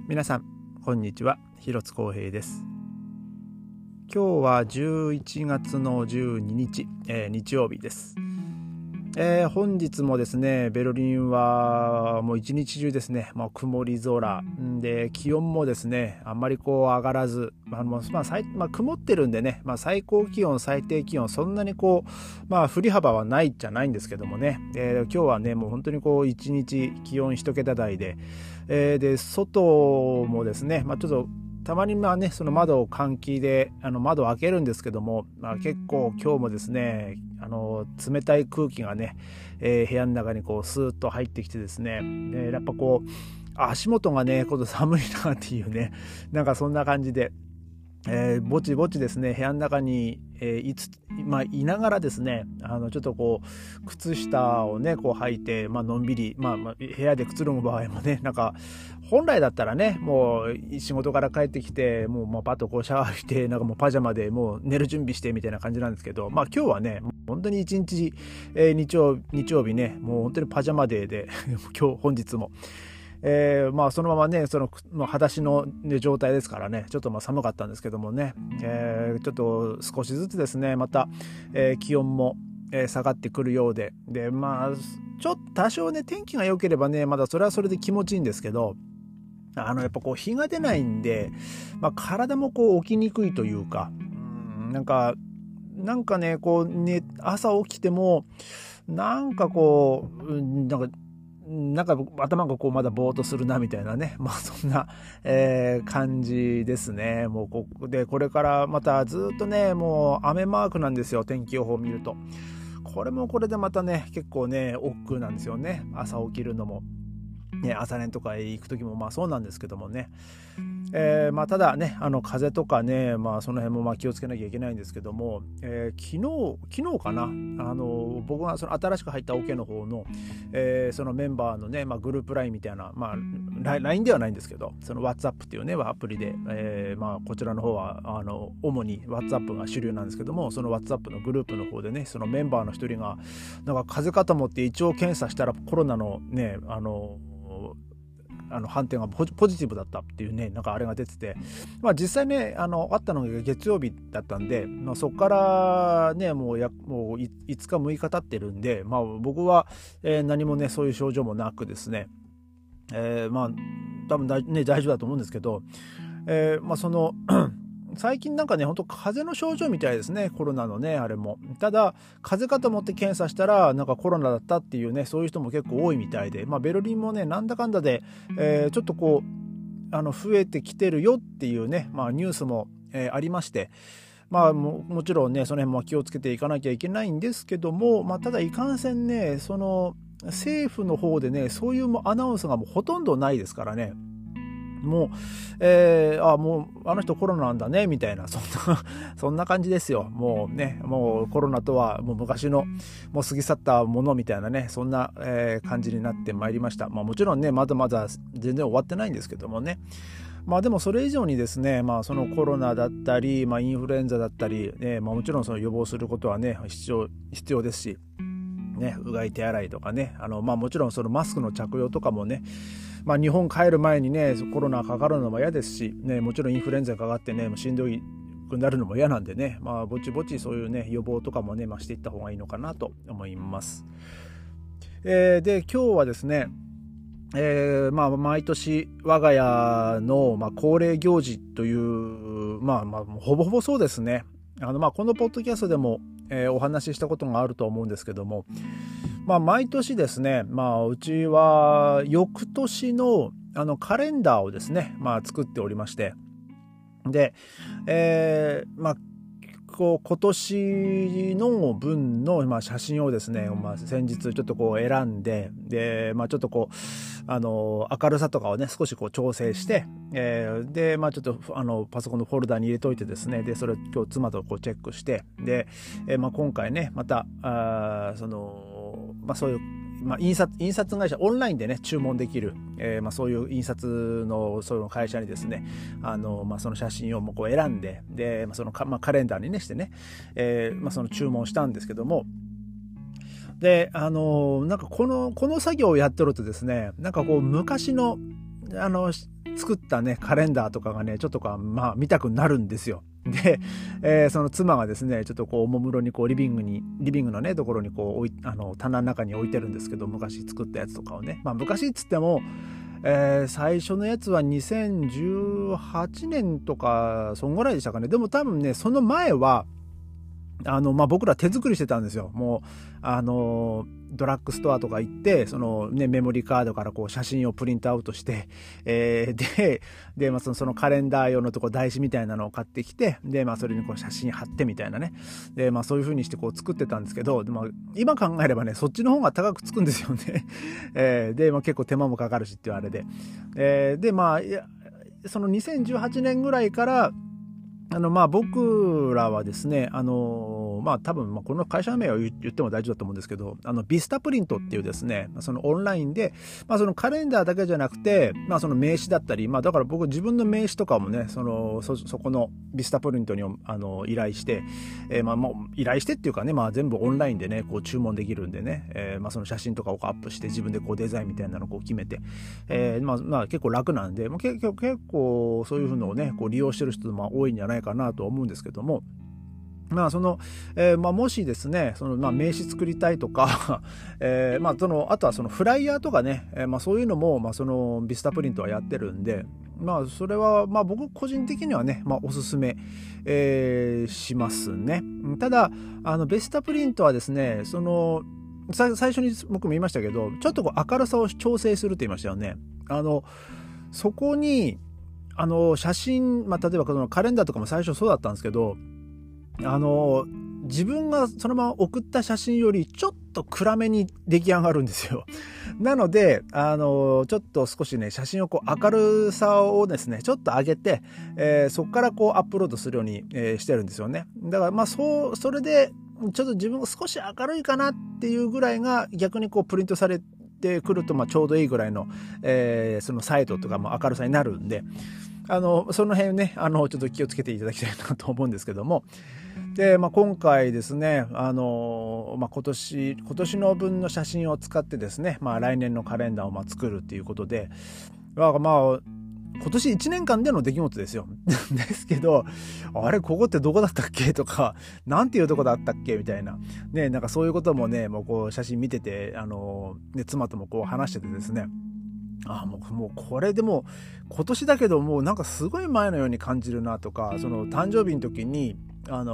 皆さんこんにちは、広津光平です。今日は11月の12日、日曜日です。本日もですね、ベルリンはもう一日中ですね、曇り空で、気温もですねあんまり上がらず、曇ってるんでね、最高気温最低気温そんなに振り幅はないじゃないんですけどもね、今日はねもう本当に一日気温一桁台で、で外もですね、ちょっとたまにその窓を換気で窓を開けるんですけども、結構今日もですね冷たい空気がね、部屋の中にスーッと入ってきてですね、やっぱ足元がね寒いなっていうね、なんかそんな感じで、ぼちぼちですね部屋の中に、いながらですねちょっと靴下をね履いて、のんびり、部屋でくつろぐ場合もね、なんか本来だったらねもう仕事から帰ってきてもうパッとシャワー浴びて、なんかもうパジャマでもう寝る準備してみたいな感じなんですけど、今日はね本当に一日、日曜日ねもう本当にパジャマデーで本日もそのままね裸足の、状態ですからね、ちょっと寒かったんですけどもね、ちょっと少しずつですねまた、気温も、下がってくるようで、ちょっと多少ね天気が良ければねまだそれはそれで気持ちいいんですけど、やっぱ日が出ないんで、体も起きにくいというか、なんかね朝起きてもなんか頭がまだぼーっとするなみたいなね、そんな、感じですね。もうこれからまたずっとねもう雨マークなんですよ、天気予報を見ると。これもこれでまたね結構ね億劫なんですよね、朝起きるのもね。朝練とか行く時もそうなんですけどもね、ただね風とかね、その辺も気をつけなきゃいけないんですけども、昨日かな、僕がその新しく入ったオケの方の、そのメンバーのね、グループ LINE みたいな、LINE ではないんですけど、その WhatsApp っていうねアプリで、こちらの方は主に WhatsApp が主流なんですけども、その WhatsApp のグループの方でね、そのメンバーの一人がなんか風邪かと思って一応検査したらコロナのね判定がポジティブだったっていうね、なんかあれが出てて、実際ねあったのが月曜日だったんで、そこからねもう5日6日経ってるんで、僕は、何もねそういう症状もなくですね、多分大丈夫だと思うんですけど、その最近なんかね本当風邪の症状みたいですね、コロナのねあれも。ただ風邪かと思って検査したらなんかコロナだったっていうね、そういう人も結構多いみたいで、ベルリンもねなんだかんだで、ちょっと増えてきてるよっていうね、ニュースも、ありまして、もちろんねその辺も気をつけていかなきゃいけないんですけども、ただいかんせんねその政府の方でねそういうアナウンスがもうほとんどないですからね。もう、もうあの人コロナなんだねみたいな、そんな感じですよ。もうねもうコロナとはもう昔のもう過ぎ去ったものみたいなね、そんな、感じになってまいりました。もちろんねまだまだ全然終わってないんですけどもね。でもそれ以上にですね、そのコロナだったり、インフルエンザだったり、もちろんその予防することはね必要ですしね、うがい手洗いとかね、もちろんそのマスクの着用とかもね、日本帰る前にねコロナかかるのも嫌ですし、ね、もちろんインフルエンザかかってねしんどくなるのも嫌なんでね、ぼちぼちそういうね予防とかもね、していった方がいいのかなと思います。で今日はですね、毎年我が家の、恒例行事という、ほぼほぼそうですね、このポッドキャストでも、お話ししたことがあると思うんですけども、毎年ですね、うちは翌年のカレンダーをですね、作っておりまして、で、今年の分の、写真をですね、先日ちょっと選んで、で、ちょっと明るさとかをね少し調整して、でちょっとパソコンのフォルダに入れといてですね、でそれを今日妻とチェックして、で、今回ねまたそういう印刷会社オンラインでね注文できる、そういう印刷のそういう会社にですねその写真を選んで、でそのカレンダーにねしてね、その注文したんですけども、でなんかこの作業をやってるとですね、なんか昔の作ったね、カレンダーとかがね、ちょっとまあ見たくなるんですよ。で、その妻がですね、ちょっとこうおもむろにこうリビングのね、ところにこう棚の中に置いてるんですけど、昔作ったやつとかをね。まあ昔っつっても、最初のやつは2018年とか、そんぐらいでしたかね。でも多分ね、その前は、まあ、僕ら手作りしてたんですよ。もう、ドラッグストアとか行って、そのね、メモリーカードからこう写真をプリントアウトして、で、まあ、そのカレンダー用のとこ台紙みたいなのを買ってきて、で、まあ、それにこう写真貼ってみたいなね。で、まあ、そういう風にしてこう作ってたんですけど、でも、今考えればね、そっちの方が高くつくんですよね。で、まあ、結構手間もかかるしっていうあれで。で、まあ、その2018年ぐらいから、まあ僕らはですね、まあ多分、まあこの会社名を言っても大丈夫だと思うんですけど、ビスタプリントっていうですね、そのオンラインで、まあそのカレンダーだけじゃなくて、まあその名刺だったり、まあだから僕自分の名刺とかもね、そこのビスタプリントに依頼して、まあもう依頼してっていうかね、まあ全部オンラインでね、こう注文できるんでね、まあその写真とかをアップして自分でこうデザインみたいなのをこう決めて、まあ結構楽なんで、もう結構そういうのをね、こう利用してる人も多いんじゃないかなと思うんですけども、まあまあ、もしですね、まあ、名刺作りたいとか、まああとはそのフライヤーとかね、まあそういうのも、まあそのビスタプリントはやってるんで、まあそれはまあ僕個人的にはね、まあおすすめ、しますね。ただビスタプリントはですね、最初に僕も言いましたけど、ちょっとこう明るさを調整するって言いましたよね。そこに写真、まあ、例えばこのカレンダーとかも最初そうだったんですけど、自分がそのまま送った写真よりちょっと暗めに出来上がるんですよ。なので、ちょっと少しね、写真をこう明るさをですね、ちょっと上げて、そこからこうアップロードするように、してるんですよね。だからまあそれで、ちょっと自分が少し明るいかなっていうぐらいが逆にこうプリントされてくると、まあちょうどいいぐらいの、そのサイトとかも明るさになるんで、その辺ね、ちょっと気をつけていただきたいなと思うんですけども。で、まあ、今回ですね、まあ、今年の分の写真を使ってですね、まあ、来年のカレンダーをまあ作るっていうことで、まあ、今年1年間での出来事ですよ。ですけど、あれ、ここってどこだったっけとか、なんていうとこだったっけみたいな。ね、なんかそういうこともね、もうこう写真見てて、ね、妻ともこう話しててですね、もうこれでも今年だけどもうなんかすごい前のように感じるなとか、その誕生日の時にまあ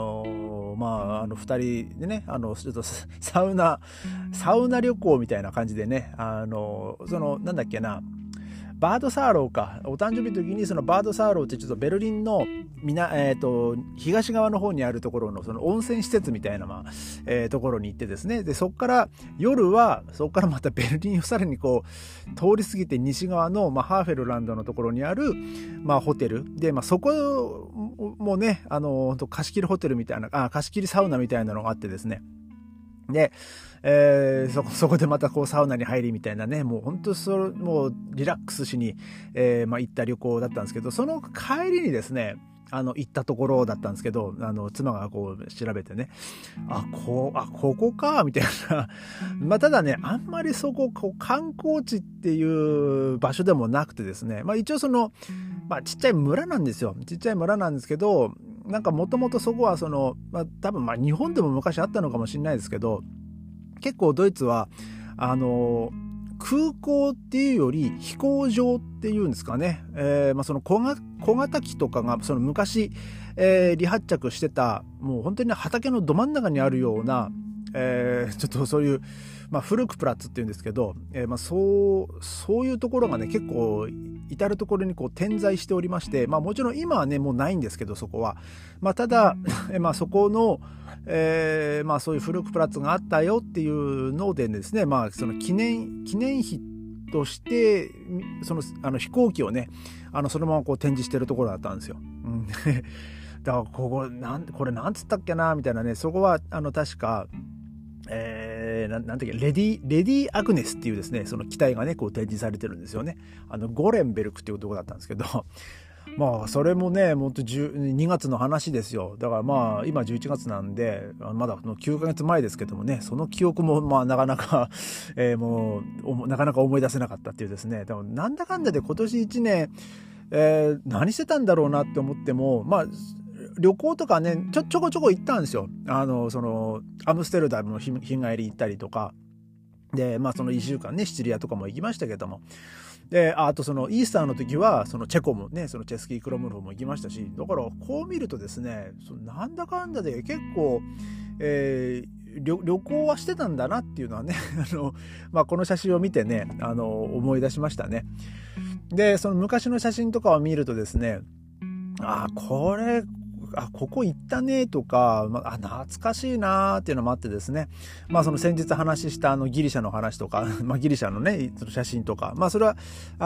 2人でね、ちょっとサウナ旅行みたいな感じでね、なんだっけな、バードサーローか、お誕生日の時にそのバードサーローってちょっとベルリンの東側の方にあるところのその温泉施設みたいな、まあところに行ってですね、でそこから夜はそこからまたベルリンをさらにこう通り過ぎて西側の、まあ、ハーフェルランドのところにある、まあ、ホテルで、まあ、そこもね、貸し切りホテルみたいな、貸し切りサウナみたいなのがあってですね、で、そこでまたこうサウナに入りみたいなね、もう本当もうリラックスしに、まあ、行った旅行だったんですけど、その帰りにですね、行ったところだったんですけど、妻がこう調べてね、ここかみたいな。まあただね、あんまりこう観光地っていう場所でもなくてですね、まあ一応まあちっちゃい村なんですよ。ちっちゃい村なんですけど、なんかもともとそこはまあ多分まあ日本でも昔あったのかもしれないですけど、結構ドイツは空港っていうより飛行場っていうんですかね、まあその小型機とかがその昔、離発着してたもう本当に、ね、畑のど真ん中にあるような、ちょっとそういう、まあ、フルクプラッツっていうんですけど、まあ、そういうところがね結構至るところにこう点在しておりまして、まあ、もちろん今はねもうないんですけどそこは、まあ、ただ、まあ、そこの、まあ、そういうフルクプラッツがあったよっていうのでですね、まあ、その記念碑として飛行機をねそのままこう展示してるところだったんですよ。うんだからこれなんつったっけなみたいなね、そこは確かなんていうかレディアグネスっていうですねその機体がねこう展示されてるんですよね。ゴレンベルクっていうところだったんですけどまあそれもねもっと2月の話ですよ。だからまあ今11月なんでまだ9ヶ月前ですけどもね、その記憶もまあなかなか、もうなかなか思い出せなかったっていうですね。でもなんだかんだで今年1年何してたんだろうなって思っても、まあ、旅行とかね、ちょこちょこ行ったんですよ。その、アムステルダムの日帰り行ったりとか。で、まあその1週間ね、シチリアとかも行きましたけども。で、あとそのイースターの時は、そのチェコもね、そのチェスキークロムロフも行きましたし、だからこう見るとですね、なんだかんだで結構、旅行はしてたんだなっていうのはね、まあこの写真を見てね、思い出しましたね。で、その昔の写真とかを見るとですね、ここ行ったねとか、懐かしいなーっていうのもあってですね。まあその先日話したギリシャの話とか、まあギリシャのね、写真とか、まあそれは、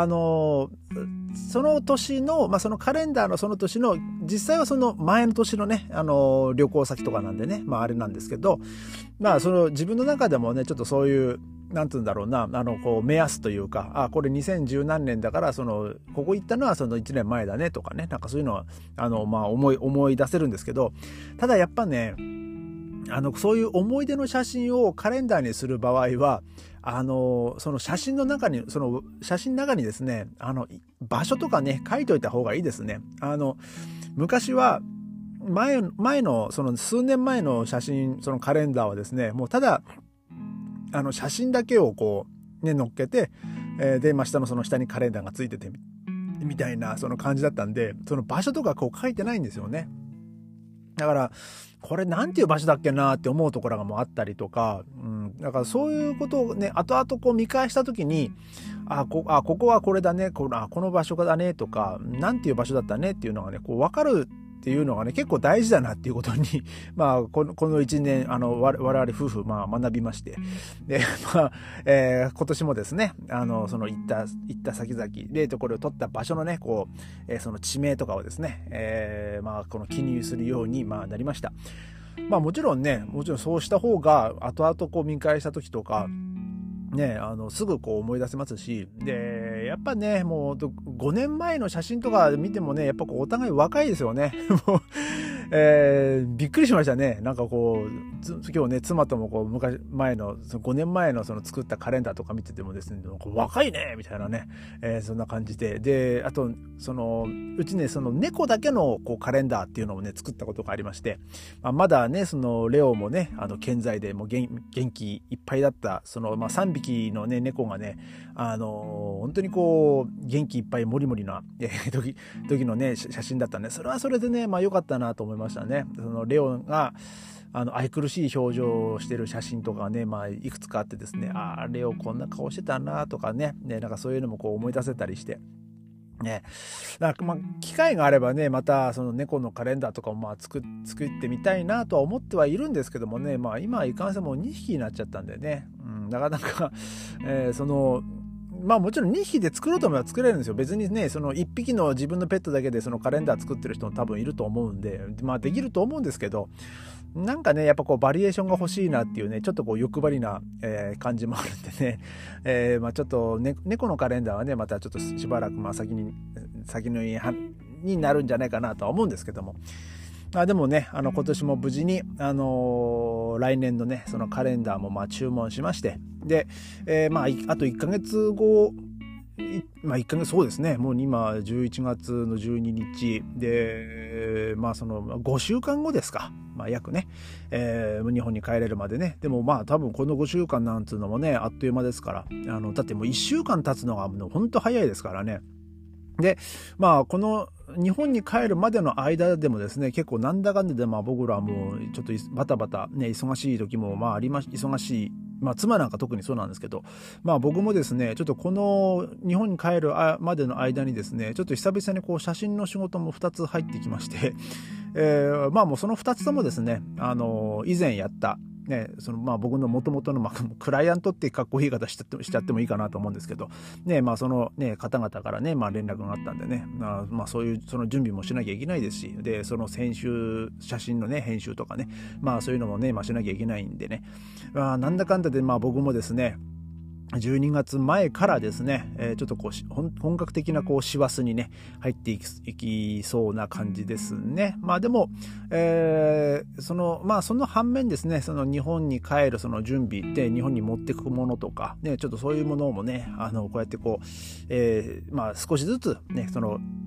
その年の、まあそのカレンダーのその年の、実際はその前の年のね、旅行先とかなんでね、まああれなんですけど、まあその自分の中でもね、ちょっとそういう、なんて言うんだろうな、こう目安というか、これ2010何年だから、ここ行ったのはその1年前だねとかね、なんかそういうのは、まあ思い出せるんですけど、ただやっぱね、そういう思い出の写真をカレンダーにする場合は、その写真の中にですね、場所とかね、書いといた方がいいですね。昔は、前の、その数年前の写真、そのカレンダーはですね、もうただ、写真だけをこう、ね、乗っけて、で、下のその下にカレンダーがついてて、みたいな、その感じだったんで、その場所とかこう書いてないんですよね。だから、これなんていう場所だっけなって思うところがもうあったりとか、だからそういうことをね、後々こう見返したときに、ここはこれだね、この場所だねとか、なんていう場所だったねっていうのがね、こう分かるっていうのがね、結構大事だなっていうことに、まあ、この一年、我々夫婦、まあ、学びまして。で、まあ、今年もですね、その行った先々で、これを取った場所のね、こう、その地名とかをですね、まあ、この記入するように、まあ、なりました。まあ、もちろんそうした方が、後々こう見返した時とか、ね、すぐこう思い出せますし、で、やっぱね、もう5年前の写真とか見てもね、やっぱこうお互い若いですよね。もう、びっくりしましたね。なんかこう、今日ね、妻ともこう5年前のその作ったカレンダーとか見ててもですね、若いねみたいなね、そんな感じで。で、あと、うちね、その猫だけのこうカレンダーっていうのをね、作ったことがありまして、まだね、そのレオもね、健在でもう元気いっぱいだった、3匹のね、猫がね、本当にこう、元気いっぱいもりもりな、時のね、写真だったんで、それはそれでね、まあ良かったなと思いましたね。そのレオが、愛くるしい表情をしてる写真とかね、まあ、いくつかあってですね、レオこんな顔してたなとかね、なんかそういうのもこう思い出せたりして、ね、なんかまあ機会があればね、またその猫のカレンダーとかもまあ作ってみたいなとは思ってはいるんですけどもね、まあ今はいかんせんもう2匹になっちゃったんでね、なかなか、まあもちろん2匹で作ろうと思えば作れるんですよ。別にね、その1匹の自分のペットだけでそのカレンダー作ってる人も多分いると思うんで、まあできると思うんですけど、なんかね、やっぱこうバリエーションが欲しいなっていうね、ちょっとこう欲張りな、感じもあるんでね、まあちょっと、猫のカレンダーはね、またちょっとしばらくまあ先のになるんじゃないかなとは思うんですけども。でもね、今年も無事に、来年のね、そのカレンダーもまあ注文しまして、で、まあ、あと1ヶ月後、まあ1ヶ月、そうですね、もう今11月の12日で、まあその5週間後ですか、まあ約ね、日本に帰れるまでね。でもまあ多分この5週間なんていうのもね、あっという間ですから、だってもう1週間経つのがもう本当早いですからね。で、まあこの日本に帰るまでの間でもですね、結構なんだかんだでまあ僕らはもうちょっとバタバタね、忙しい時もまあ忙しい、まあ妻なんか特にそうなんですけど、まあ僕もですね、ちょっとこの日本に帰るまでの間にですね、ちょっと久々にこう写真の仕事も2つ入ってきまして、まあもうその2つともですね、以前やったね、まあ僕の元々の、まあ、クライアントってかっこいい言い方しちゃってもいいかなと思うんですけど、ね、まあそのね、方々からね、まあ連絡があったんでね、まあそういうその準備もしなきゃいけないですし、で、その写真のね、編集とかね、まあそういうのもね、まあしなきゃいけないんでね、なんだかんだでまあ僕もですね、12月前からですね、ちょっとこう本格的なこう師走にね入っていきそうな感じですね。まあでも、その反面ですね、その日本に帰るその準備で日本に持っていくものとかね、ちょっとそういうものもね、こうやってこう、まあ少しずつね、その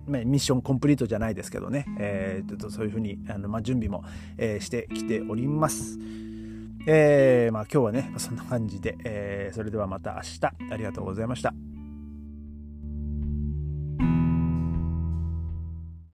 ミッションコンプリートじゃないですけどね、ちょっとそういうふうに準備も、してきております。今日はねそんな感じで、それではまた明日ありがとうございました。